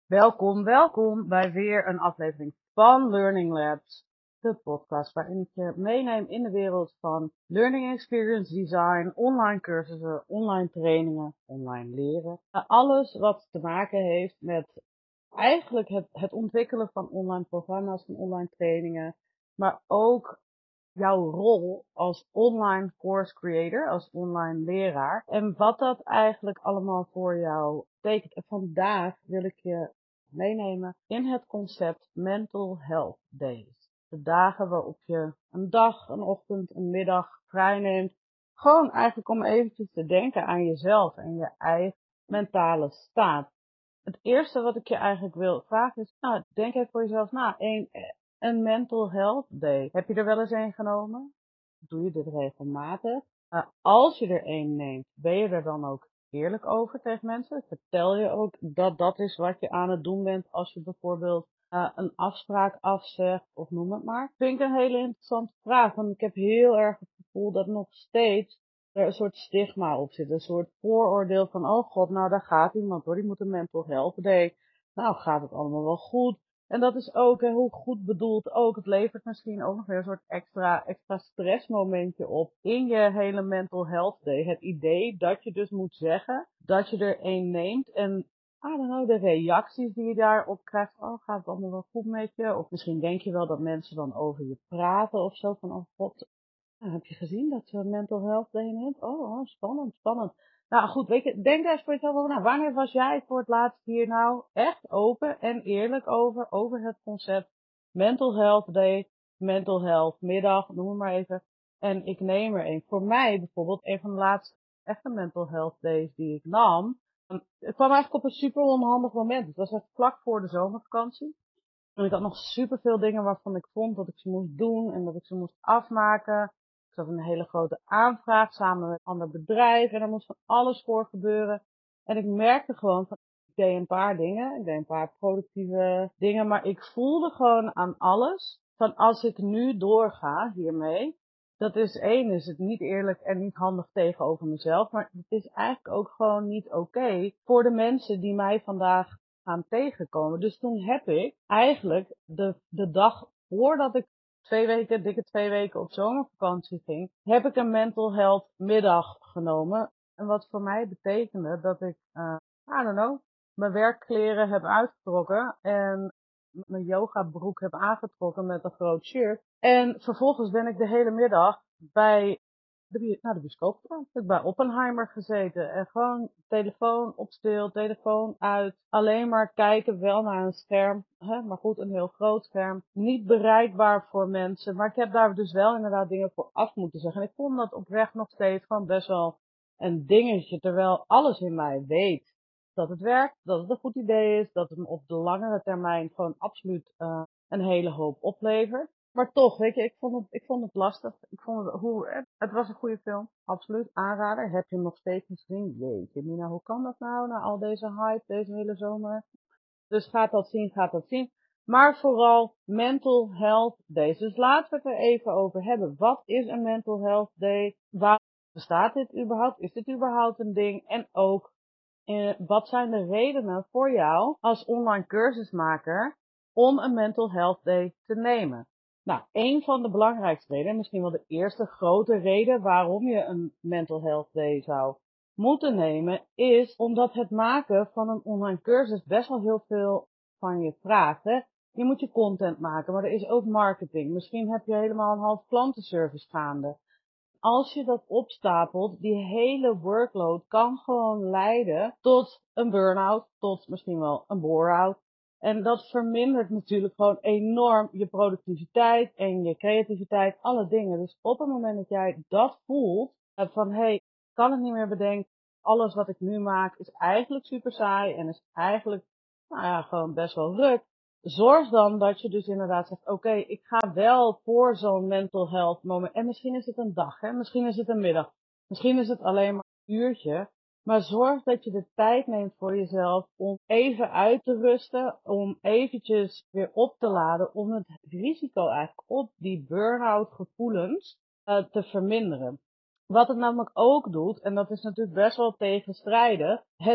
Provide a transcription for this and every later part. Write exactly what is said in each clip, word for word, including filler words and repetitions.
Welkom, welkom bij weer een aflevering van Learning Labs, de podcast waarin ik je meeneem in de wereld van learning experience design, online cursussen, online trainingen, online leren. Uh, Alles wat te maken heeft met eigenlijk het, het ontwikkelen van online programma's en online trainingen, maar ook jouw rol als online course creator, als online leraar en wat dat eigenlijk allemaal voor jou betekent. En vandaag wil ik je meenemen in het concept Mental Health Days. De dagen waarop je een dag, een ochtend, een middag vrij neemt. Gewoon eigenlijk om eventjes te denken aan jezelf en je eigen mentale staat. Het eerste wat ik je eigenlijk wil vragen is, nou, denk even voor jezelf na. Een, een mental health day. Heb je er wel eens een genomen? Doe je dit regelmatig? Uh, als je er een neemt, ben je er dan ook eerlijk over tegen mensen? Vertel je ook dat dat is wat je aan het doen bent als je bijvoorbeeld uh, een afspraak afzegt of noem het maar? Vind ik een hele interessante vraag, want ik heb heel erg het gevoel dat nog steeds er een soort stigma op zit. Een soort vooroordeel van, oh god, nou daar gaat iemand hoor, die moet een mental health day. Nou gaat het allemaal wel goed. En dat is ook, hè, hoe goed bedoeld ook, het levert misschien ook nog weer een soort extra, extra stressmomentje op in je hele mental health day. Het idee dat je dus moet zeggen dat je er één neemt en, I don't know, de reacties die je daarop krijgt, oh gaat het allemaal wel goed met je? Of misschien denk je wel dat mensen dan over je praten of zo, van oh god, nou, heb je gezien dat ze mental health day neemt? Oh, oh, spannend, spannend. Nou goed, weet je, denk daar eens voor jezelf over na. Wanneer was jij voor het laatst hier nou echt open en eerlijk over, over het concept mental health day, mental health middag, noem het maar even. En ik neem er een. Voor mij bijvoorbeeld, een van de laatste echte mental health days die ik nam. Het kwam eigenlijk op een super onhandig moment. Het was echt vlak voor de zomervakantie. En ik had nog superveel dingen waarvan ik vond dat ik ze moest doen en dat ik ze moest afmaken. Ik zat in een hele grote aanvraag samen met een ander bedrijf en er moest van alles voor gebeuren. En ik merkte gewoon van, ik deed een paar dingen, ik deed een paar productieve dingen, maar ik voelde gewoon aan alles van als ik nu doorga hiermee, dat is één, is het niet eerlijk en niet handig tegenover mezelf, maar het is eigenlijk ook gewoon niet oké okay voor de mensen die mij vandaag gaan tegenkomen. Dus toen heb ik eigenlijk de, de dag voordat ik twee weken, dikke twee weken op zomervakantie ging, heb ik een mental health middag genomen. En wat voor mij betekende dat ik, uh, I don't know, mijn werkkleren heb uitgetrokken en mijn yogabroek heb aangetrokken met een groot shirt. En vervolgens ben ik de hele middag bij de, naar de bioscoop gegaan. Ik heb bij Oppenheimer gezeten en gewoon telefoon op stil, telefoon uit. Alleen maar kijken, wel naar een scherm, hè, maar goed, een heel groot scherm. Niet bereikbaar voor mensen, maar ik heb daar dus wel inderdaad dingen voor af moeten zeggen. En ik vond dat oprecht nog steeds gewoon best wel een dingetje, terwijl alles in mij weet dat het werkt, dat het een goed idee is, dat het me op de langere termijn gewoon absoluut uh, een hele hoop oplevert. Maar toch, weet je, ik vond het, ik vond het lastig. Ik vond het, hoe, het was een goede film. Absoluut. Aanrader. Heb je hem nog steeds gezien? Jeetje, Mina, hoe kan dat nou? Na al deze hype, deze hele zomer. Dus gaat dat zien, gaat dat zien. Maar vooral Mental Health Days. Dus laten we het er even over hebben. Wat is een Mental Health Day? Waar bestaat dit überhaupt? Is dit überhaupt een ding? En ook, eh, wat zijn de redenen voor jou als online cursusmaker om een Mental Health Day te nemen? Nou, een van de belangrijkste redenen, misschien wel de eerste grote reden waarom je een Mental Health Day zou moeten nemen, is omdat het maken van een online cursus best wel heel veel van je vraagt. Hè? Je moet je content maken, maar er is ook marketing. Misschien heb je helemaal een half klantenservice gaande. Als je dat opstapelt, die hele workload kan gewoon leiden tot een burn-out, tot misschien wel een bore-out. En dat vermindert natuurlijk gewoon enorm je productiviteit en je creativiteit, alle dingen. Dus op het moment dat jij dat voelt, van hé, hey, ik kan het niet meer bedenken, alles wat ik nu maak is eigenlijk super saai en is eigenlijk, nou ja, gewoon best wel ruk. Zorg dan dat je dus inderdaad zegt, oké, okay, ik ga wel voor zo'n mental health moment. En misschien is het een dag, hè? Misschien is het een middag. Misschien is het alleen maar een uurtje. Maar zorg dat je de tijd neemt voor jezelf om even uit te rusten, om eventjes weer op te laden, om het risico eigenlijk op die burn-out gevoelens uh, te verminderen. Wat het namelijk ook doet, en dat is natuurlijk best wel tegenstrijdig, het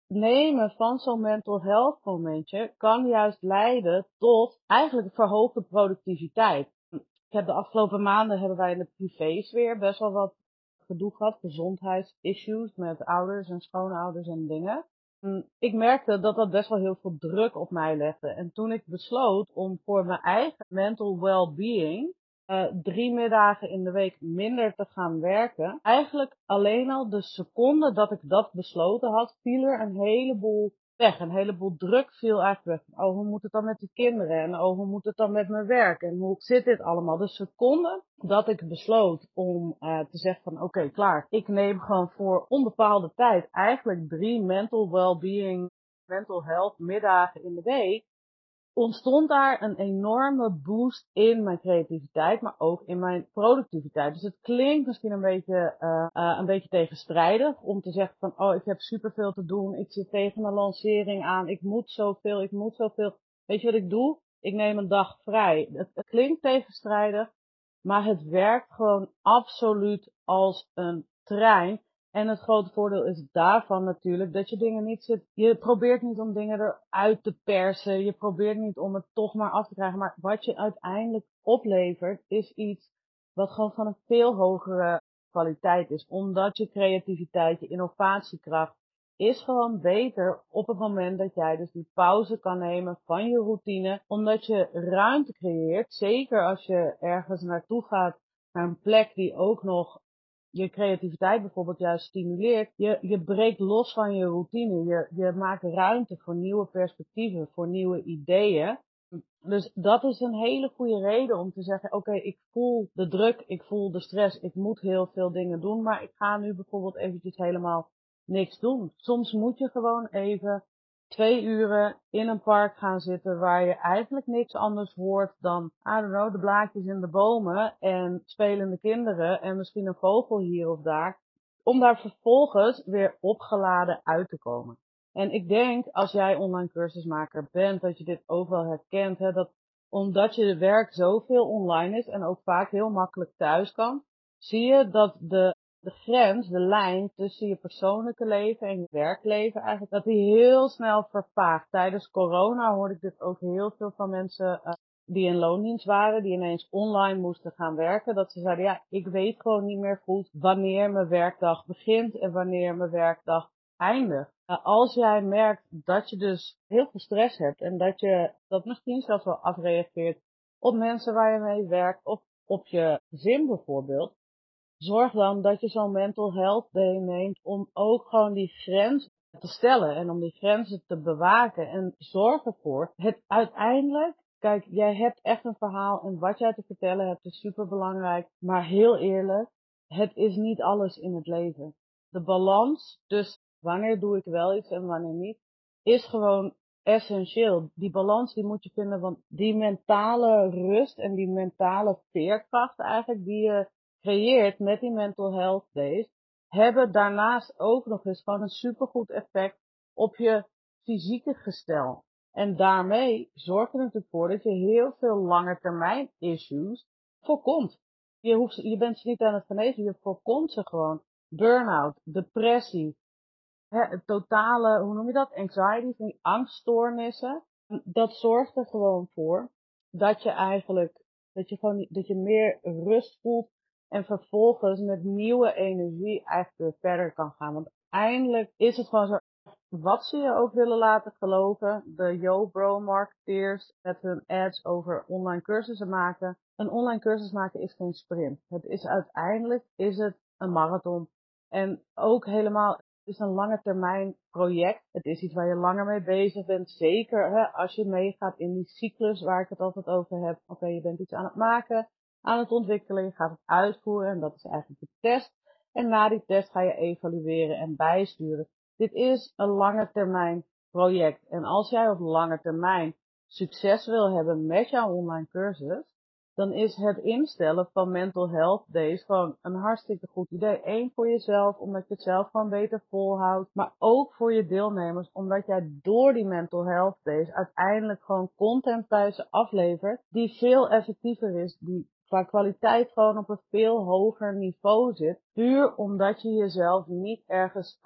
nemen van zo'n mental health momentje kan juist leiden tot eigenlijk verhoogde productiviteit. Ik heb de afgelopen maanden hebben wij in de privésfeer best wel wat gedoe gehad, gezondheidsissues met ouders en schoonouders en dingen. Ik merkte dat dat best wel heel veel druk op mij legde. En toen ik besloot om voor mijn eigen mental well-being uh, drie middagen in de week minder te gaan werken, eigenlijk alleen al de seconde dat ik dat besloten had, viel er een heleboel weg. Een heleboel druk viel eigenlijk weg. Oh, hoe moet het dan met de kinderen? En oh, hoe moet het dan met mijn werk? En hoe zit dit allemaal? De seconde dat ik besloot om uh, te zeggen van oké, okay, klaar. Ik neem gewoon voor onbepaalde tijd eigenlijk drie mental well-being, mental health middagen in de week, ontstond daar een enorme boost in mijn creativiteit, maar ook in mijn productiviteit. Dus het klinkt misschien een beetje, uh, uh, een beetje tegenstrijdig om te zeggen van, oh, ik heb superveel te doen, ik zit tegen een lancering aan, ik moet zoveel, ik moet zoveel. Weet je wat ik doe? Ik neem een dag vrij. Het, het klinkt tegenstrijdig, maar het werkt gewoon absoluut als een trein. En het grote voordeel is daarvan natuurlijk dat je dingen niet zit. Je probeert niet om dingen eruit te persen. Je probeert niet om het toch maar af te krijgen. Maar wat je uiteindelijk oplevert is iets wat gewoon van een veel hogere kwaliteit is. Omdat je creativiteit, je innovatiekracht is gewoon beter op het moment dat jij dus die pauze kan nemen van je routine. Omdat je ruimte creëert. Zeker als je ergens naartoe gaat, naar een plek die ook nog je creativiteit bijvoorbeeld juist stimuleert. Je, je breekt los van je routine. Je, je maakt ruimte voor nieuwe perspectieven, voor nieuwe ideeën. Dus dat is een hele goede reden om te zeggen, oké, okay, ik voel de druk, ik voel de stress, ik moet heel veel dingen doen, maar ik ga nu bijvoorbeeld eventjes helemaal niks doen. Soms moet je gewoon even twee uren in een park gaan zitten waar je eigenlijk niks anders hoort dan, I don't know, de blaadjes in de bomen en spelende kinderen en misschien een vogel hier of daar, om daar vervolgens weer opgeladen uit te komen. En ik denk, als jij online cursusmaker bent, dat je dit ook wel herkent, hè, dat omdat je werk zoveel online is en ook vaak heel makkelijk thuis kan, zie je dat de, de grens, de lijn tussen je persoonlijke leven en je werkleven eigenlijk, dat die heel snel vervaagt. Tijdens corona hoorde ik dit ook heel veel van mensen uh, die in loondienst waren, die ineens online moesten gaan werken, dat ze zeiden, ja, ik weet gewoon niet meer goed wanneer mijn werkdag begint en wanneer mijn werkdag eindigt. Uh, als jij merkt dat je dus heel veel stress hebt en dat je dat misschien zelfs wel afreageert op mensen waar je mee werkt of op je gezin bijvoorbeeld, zorg dan dat je zo'n mental health day neemt om ook gewoon die grens te stellen en om die grenzen te bewaken en zorg ervoor. Het uiteindelijk, kijk, jij hebt echt een verhaal en wat jij te vertellen hebt is super belangrijk, maar heel eerlijk, het is niet alles in het leven. De balans tussen wanneer doe ik wel iets en wanneer niet, is gewoon essentieel. Die balans die moet je vinden, want die mentale rust en die mentale veerkracht eigenlijk die je creëert met die mental health days, hebben daarnaast ook nog eens gewoon een supergoed effect op je fysieke gestel. En daarmee zorgt er natuurlijk voor dat je heel veel lange termijn issues voorkomt. Je, hoeft, je bent ze niet aan het genezen, je voorkomt ze gewoon. Burn-out, depressie, hè, het totale, hoe noem je dat, anxiety, van die angststoornissen. Dat zorgt er gewoon voor dat je eigenlijk, dat je gewoon, dat je meer rust voelt en vervolgens met nieuwe energie eigenlijk weer verder kan gaan. Want eindelijk is het gewoon zo, wat ze je ook willen laten geloven, de Yo Bro marketeers met hun ads over online cursussen maken. Een online cursus maken is geen sprint. Het is uiteindelijk, is het een marathon. En ook helemaal, het is een lange termijn project. Het is iets waar je langer mee bezig bent. Zeker hè, als je meegaat in die cyclus waar ik het altijd over heb. Oké, okay, je bent iets aan het maken, aan het ontwikkelen, je gaat het uitvoeren en dat is eigenlijk de test. En na die test ga je evalueren en bijsturen. Dit is een lange termijn project. En als jij op lange termijn succes wil hebben met jouw online cursus, dan is het instellen van mental health days gewoon een hartstikke goed idee. Eén, voor jezelf, omdat je het zelf gewoon beter volhoudt. Maar ook voor je deelnemers, omdat jij door die mental health days uiteindelijk gewoon content bij ze aflevert die veel effectiever is, die qua kwaliteit gewoon op een veel hoger niveau zit. Puur omdat je jezelf niet ergens uh,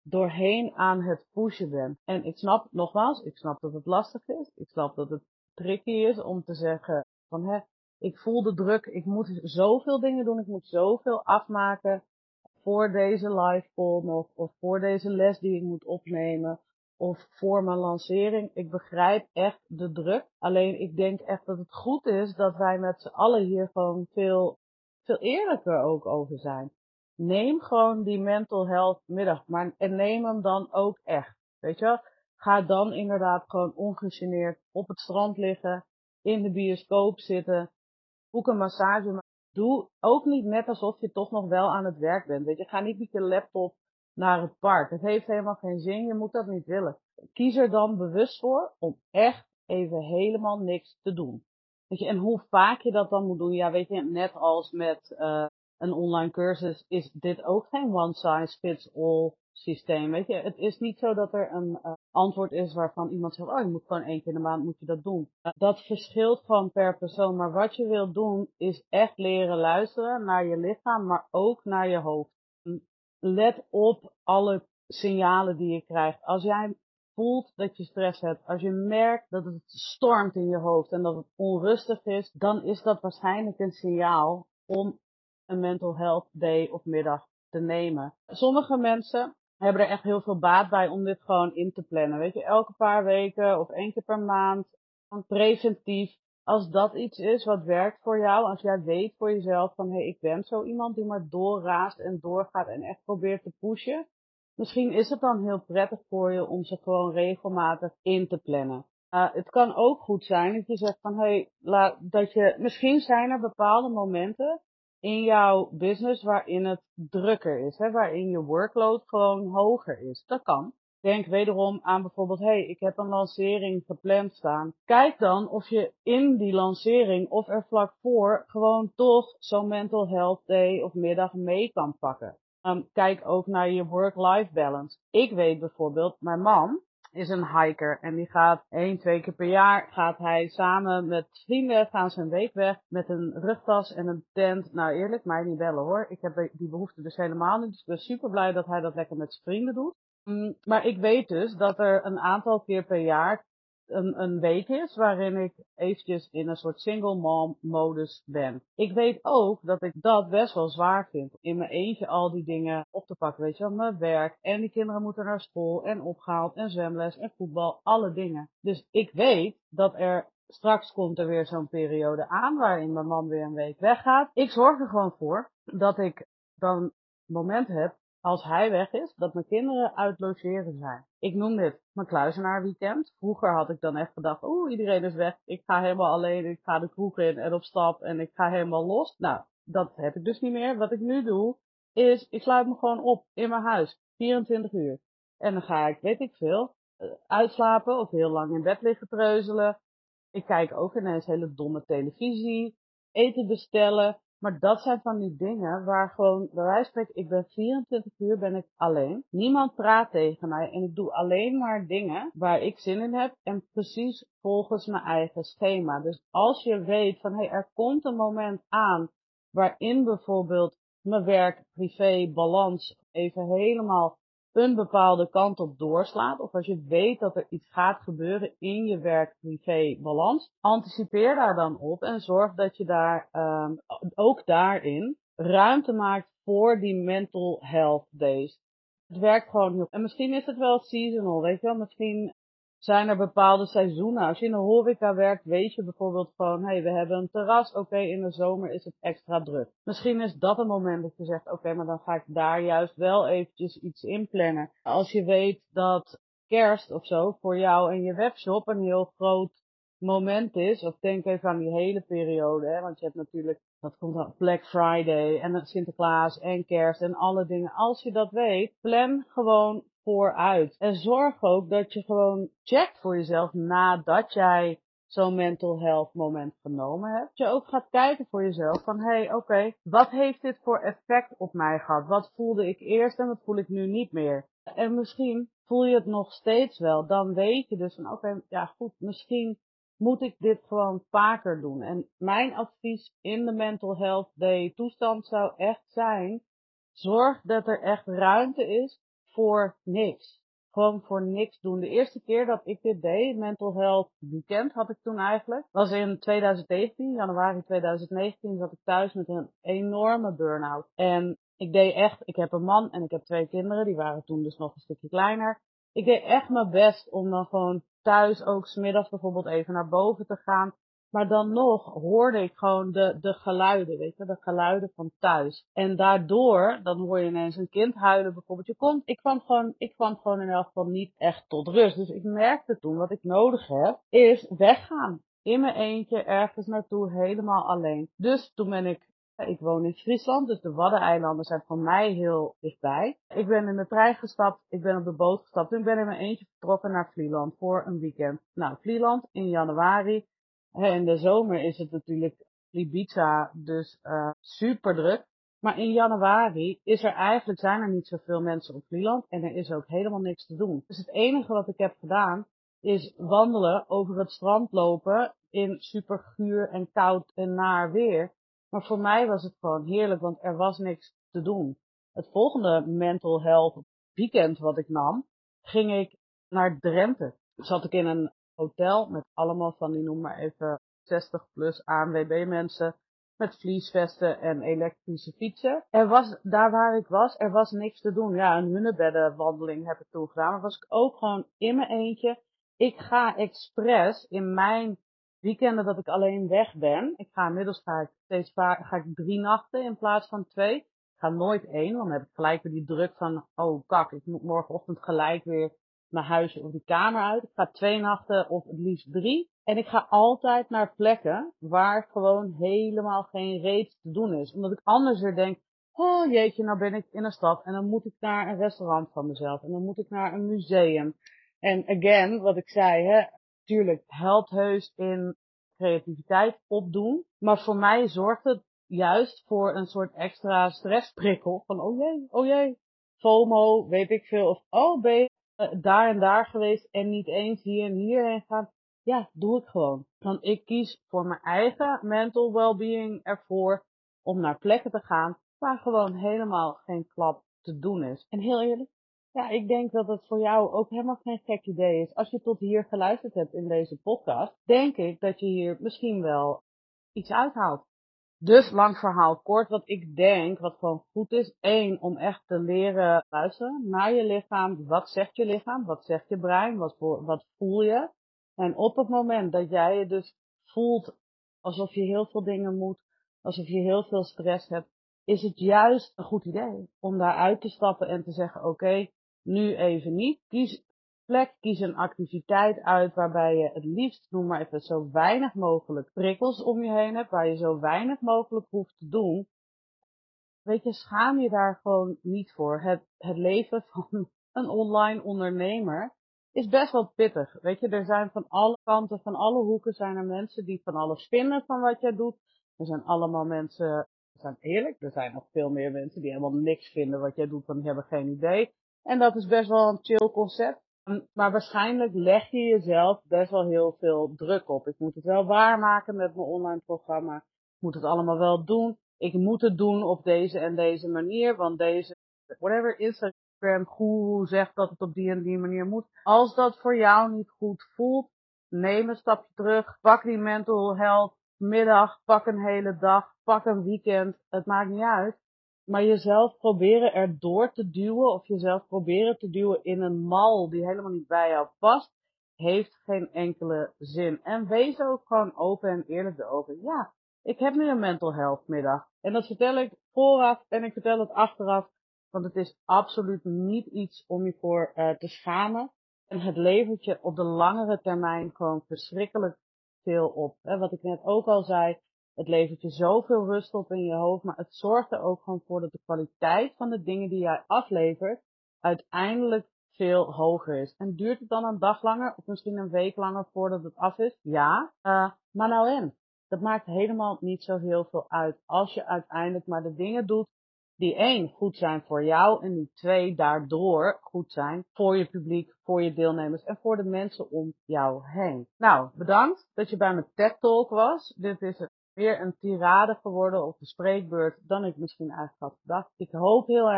doorheen aan het pushen bent. En ik snap, nogmaals, ik snap dat het lastig is. Ik snap dat het tricky is om te zeggen van, hè, ik voel de druk, ik moet zoveel dingen doen, ik moet zoveel afmaken voor deze live call nog, of voor deze les die ik moet opnemen, of voor mijn lancering. Ik begrijp echt de druk. Alleen ik denk echt dat het goed is dat wij met z'n allen hier gewoon veel, veel eerlijker ook over zijn. Neem gewoon die mental health middag, maar, en neem hem dan ook echt. Weet je wel? Ga dan inderdaad gewoon ongegeneerd op het strand liggen, in de bioscoop zitten, boek een massage. Maar doe ook niet net alsof je toch nog wel aan het werk bent. Weet je, ga niet met je laptop naar het park. Het heeft helemaal geen zin, je moet dat niet willen. Kies er dan bewust voor om echt even helemaal niks te doen. Weet je, en hoe vaak je dat dan moet doen, ja, weet je, net als met uh, een online cursus is dit ook geen one size fits all systeem. Weet je, het is niet zo dat er een uh, antwoord is waarvan iemand zegt, oh, je moet gewoon één keer in de maand moet je dat doen. Uh, dat verschilt gewoon per persoon, maar wat je wilt doen is echt leren luisteren naar je lichaam, maar ook naar je hoofd. Let op alle signalen die je krijgt. Als jij voelt dat je stress hebt, als je merkt dat het stormt in je hoofd en dat het onrustig is, dan is dat waarschijnlijk een signaal om een mental health day of middag te nemen. Sommige mensen hebben er echt heel veel baat bij om dit gewoon in te plannen. Weet je, elke paar weken of één keer per maand, preventief. Als dat iets is wat werkt voor jou, als jij weet voor jezelf van, hé, hey, ik ben zo iemand die maar doorraast en doorgaat en echt probeert te pushen. Misschien is het dan heel prettig voor je om ze gewoon regelmatig in te plannen. Uh, het kan ook goed zijn dat je zegt van, hé, hey, dat je, misschien zijn er bepaalde momenten in jouw business waarin het drukker is, hè, waarin je workload gewoon hoger is. Dat kan. Denk wederom aan bijvoorbeeld, hé, hey, ik heb een lancering gepland staan. Kijk dan of je in die lancering of er vlak voor gewoon toch zo'n mental health day of middag mee kan pakken. Um, kijk ook naar je work-life balance. Ik weet bijvoorbeeld, mijn man is een hiker en die gaat één, twee keer per jaar gaat hij samen met vrienden gaan ze een week weg met een rugtas en een tent. Nou eerlijk, mij niet bellen hoor. Ik heb die behoefte dus helemaal niet. Dus ik ben super blij dat hij dat lekker met zijn vrienden doet. Um, maar ik weet dus dat er een aantal keer per jaar een, een week is waarin ik eventjes in een soort single mom modus ben. Ik weet ook dat ik dat best wel zwaar vind. In mijn eentje al die dingen op te pakken, weet je wel, mijn werk en die kinderen moeten naar school en opgehaald en zwemles en voetbal, alle dingen. Dus ik weet dat er straks komt er weer zo'n periode aan waarin mijn man weer een week weggaat. Ik zorg er gewoon voor dat ik dan een moment heb als hij weg is, dat mijn kinderen uit logeren zijn. Ik noem dit mijn kluizenaarweekend. Vroeger had ik dan echt gedacht, oeh, iedereen is weg. Ik ga helemaal alleen, ik ga de kroeg in en op stap en ik ga helemaal los. Nou, dat heb ik dus niet meer. Wat ik nu doe, is, ik sluit me gewoon op in mijn huis. vierentwintig uur. En dan ga ik, weet ik veel, uitslapen of heel lang in bed liggen treuzelen. Ik kijk ook ineens hele domme televisie. Eten bestellen. Maar dat zijn van die dingen waar gewoon, bij wijze van spreken, ik ben vierentwintig uur ben ik alleen. Niemand praat tegen mij en ik doe alleen maar dingen waar ik zin in heb en precies volgens mijn eigen schema. Dus als je weet van, hé, hey, er komt een moment aan waarin bijvoorbeeld mijn werk-privé balans even helemaal een bepaalde kant op doorslaat, of als je weet dat er iets gaat gebeuren in je werk-privé balans, anticipeer daar dan op en zorg dat je daar um, ook daarin ruimte maakt voor die mental health days. Het werkt gewoon heel. En misschien is het wel seasonal, weet je wel, misschien zijn er bepaalde seizoenen. Als je in de horeca werkt, weet je bijvoorbeeld gewoon, hé, hey, we hebben een terras, oké, okay, in de zomer is het extra druk. Misschien is dat een moment dat je zegt, oké, okay, maar dan ga ik daar juist wel eventjes iets inplannen. Als je weet dat kerst of zo voor jou en je webshop een heel groot moment is, of denk even aan die hele periode, hè, want je hebt natuurlijk, dat komt dan Black Friday en Sinterklaas en kerst en alle dingen. Als je dat weet, plan gewoon vooruit. En zorg ook dat je gewoon checkt voor jezelf nadat jij zo'n mental health moment genomen hebt. Dat je ook gaat kijken voor jezelf van, hé, hey, oké, okay, wat heeft dit voor effect op mij gehad? Wat voelde ik eerst en wat voel ik nu niet meer? En misschien voel je het nog steeds wel. Dan weet je dus van, oké, okay, ja goed, misschien moet ik dit gewoon vaker doen. En mijn advies in de mental health day toestand zou echt zijn, zorg dat er echt ruimte is voor niks. Gewoon voor niks doen. De eerste keer dat ik dit deed, Mental Health Weekend had ik toen eigenlijk, was in twintig negentien, januari twintig negentien, zat ik thuis met een enorme burn-out. En ik deed echt, ik heb een man en ik heb twee kinderen, die waren toen dus nog een stukje kleiner. Ik deed echt mijn best om dan gewoon thuis ook 's middags bijvoorbeeld even naar boven te gaan. Maar dan nog hoorde ik gewoon de, de geluiden, weet je, de geluiden van thuis. En daardoor, dan hoor je ineens een kind huilen bijvoorbeeld. Je komt, ik kwam gewoon, ik kwam gewoon in elk geval niet echt tot rust. Dus ik merkte toen, wat ik nodig heb, is weggaan. In mijn eentje, ergens naartoe, helemaal alleen. Dus toen ben ik, ik woon in Friesland, dus de Waddeneilanden zijn van mij heel dichtbij. Ik ben in de trein gestapt, ik ben op de boot gestapt en ik ben in mijn eentje vertrokken naar Vlieland voor een weekend. Nou, Vlieland in januari. Hè, in de zomer is het natuurlijk Ibiza, dus uh, super druk. Maar in januari is er eigenlijk, zijn er niet zoveel mensen op Vlieland en er is ook helemaal niks te doen. Dus het enige wat ik heb gedaan is wandelen, over het strand lopen in super guur en koud en naar weer. Maar voor mij was het gewoon heerlijk, want er was niks te doen. Het volgende mental health weekend wat ik nam, ging ik naar Drenthe. Zat ik in een hotel met allemaal van die, noem maar even, zestig plus A N W B mensen met vliesvesten en elektrische fietsen. Er was, daar waar ik was, er was niks te doen. Ja, een hunebeddenwandeling heb ik toen gedaan, maar was ik ook gewoon in mijn eentje. Ik ga expres in mijn weekenden dat ik alleen weg ben. Ik ga inmiddels ga ik steeds vaak, ga ik drie nachten in plaats van twee. Ik ga nooit één, want dan heb ik gelijk weer die druk van, oh kak, ik moet morgenochtend gelijk weer mijn huis of die kamer uit. Ik ga twee nachten of het liefst drie. En ik ga altijd naar plekken waar gewoon helemaal geen reet te doen is. Omdat ik anders weer denk, oh jeetje, nou ben ik in een stad en dan moet ik naar een restaurant van mezelf. En dan moet ik naar een museum. En again, wat ik zei, hè, tuurlijk, helpt heus in creativiteit opdoen. Maar voor mij zorgt het juist voor een soort extra stressprikkel. Van, oh jee, oh jee, FOMO, weet ik veel. Of, oh, ben je daar en daar geweest en niet eens hier en hierheen gaan. Ja, doe ik gewoon. Want ik kies voor mijn eigen mental well-being ervoor om naar plekken te gaan waar gewoon helemaal geen klap te doen is. En heel eerlijk, ja, ik denk dat het voor jou ook helemaal geen gek idee is. Als je tot hier geluisterd hebt in deze podcast, denk ik dat je hier misschien wel iets uithaalt. Dus lang verhaal kort, wat ik denk, wat gewoon goed is. Eén, om echt te leren luisteren naar je lichaam. Wat zegt je lichaam? Wat zegt je brein? Wat, voor, wat voel je? En op het moment dat jij je dus voelt alsof je heel veel dingen moet, alsof je heel veel stress hebt, is het juist een goed idee om daaruit te stappen en te zeggen, oké, okay, nu even niet. Kies plek, kies een activiteit uit waarbij je het liefst, noem maar even, zo weinig mogelijk prikkels om je heen hebt, waar je zo weinig mogelijk hoeft te doen. Weet je, schaam je daar gewoon niet voor. Het, het leven van een online ondernemer is best wel pittig. Weet je, er zijn van alle kanten, van alle hoeken zijn er mensen die van alles vinden van wat jij doet. Er zijn allemaal mensen, we zijn eerlijk, er zijn nog veel meer mensen die helemaal niks vinden wat jij doet, want die hebben geen idee. En dat is best wel een chill concept. Maar waarschijnlijk leg je jezelf best wel heel veel druk op. Ik moet het wel waarmaken met mijn online programma. Ik moet het allemaal wel doen. Ik moet het doen op deze en deze manier, want deze, whatever Instagram guru zegt dat het op die en die manier moet. Als dat voor jou niet goed voelt, neem een stapje terug. Pak die mental health middag, pak een hele dag, pak een weekend. Het maakt niet uit. Maar jezelf proberen erdoor te duwen of jezelf proberen te duwen in een mal die helemaal niet bij jou past, heeft geen enkele zin. En wees ook gewoon open en eerlijk erover. Ja, ik heb nu een mental health middag. En dat vertel ik vooraf en ik vertel het achteraf. Want het is absoluut niet iets om je voor uh, te schamen. En het levert je op de langere termijn gewoon verschrikkelijk veel op. Hè, wat ik net ook al zei. Het levert je zoveel rust op in je hoofd, maar het zorgt er ook gewoon voor dat de kwaliteit van de dingen die jij aflevert uiteindelijk veel hoger is. En duurt het dan een dag langer of misschien een week langer voordat het af is? Ja, uh, maar nou en. Dat maakt helemaal niet zo heel veel uit als je uiteindelijk maar de dingen doet die één, goed zijn voor jou en die twee, daardoor goed zijn voor je publiek, voor je deelnemers en voor de mensen om jou heen. Nou, bedankt dat je bij mijn TED Talk was. Dit is weer een tirade geworden of een spreekbeurt dan ik misschien eigenlijk had gedacht. Ik hoop heel erg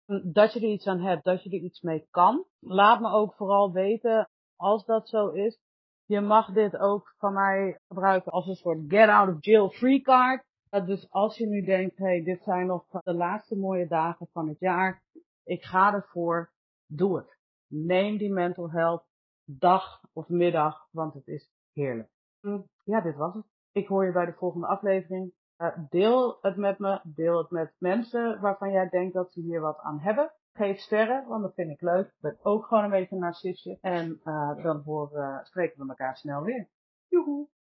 dat je er iets aan hebt, dat je er iets mee kan. Laat me ook vooral weten als dat zo is. Je mag dit ook van mij gebruiken als een soort get out of jail free card. Uh, dus als je nu denkt, hey, dit zijn nog de laatste mooie dagen van het jaar. Ik ga ervoor, doe het. Neem die mental health dag of middag, want het is heerlijk. Ja, dit was het. Ik hoor je bij de volgende aflevering. Uh, deel het met me, deel het met mensen waarvan jij denkt dat ze hier wat aan hebben. Geef sterren, want dat vind ik leuk. Ik ben ook gewoon een beetje een narcistje. En uh, dan horen, spreken we elkaar snel weer. Joehoe!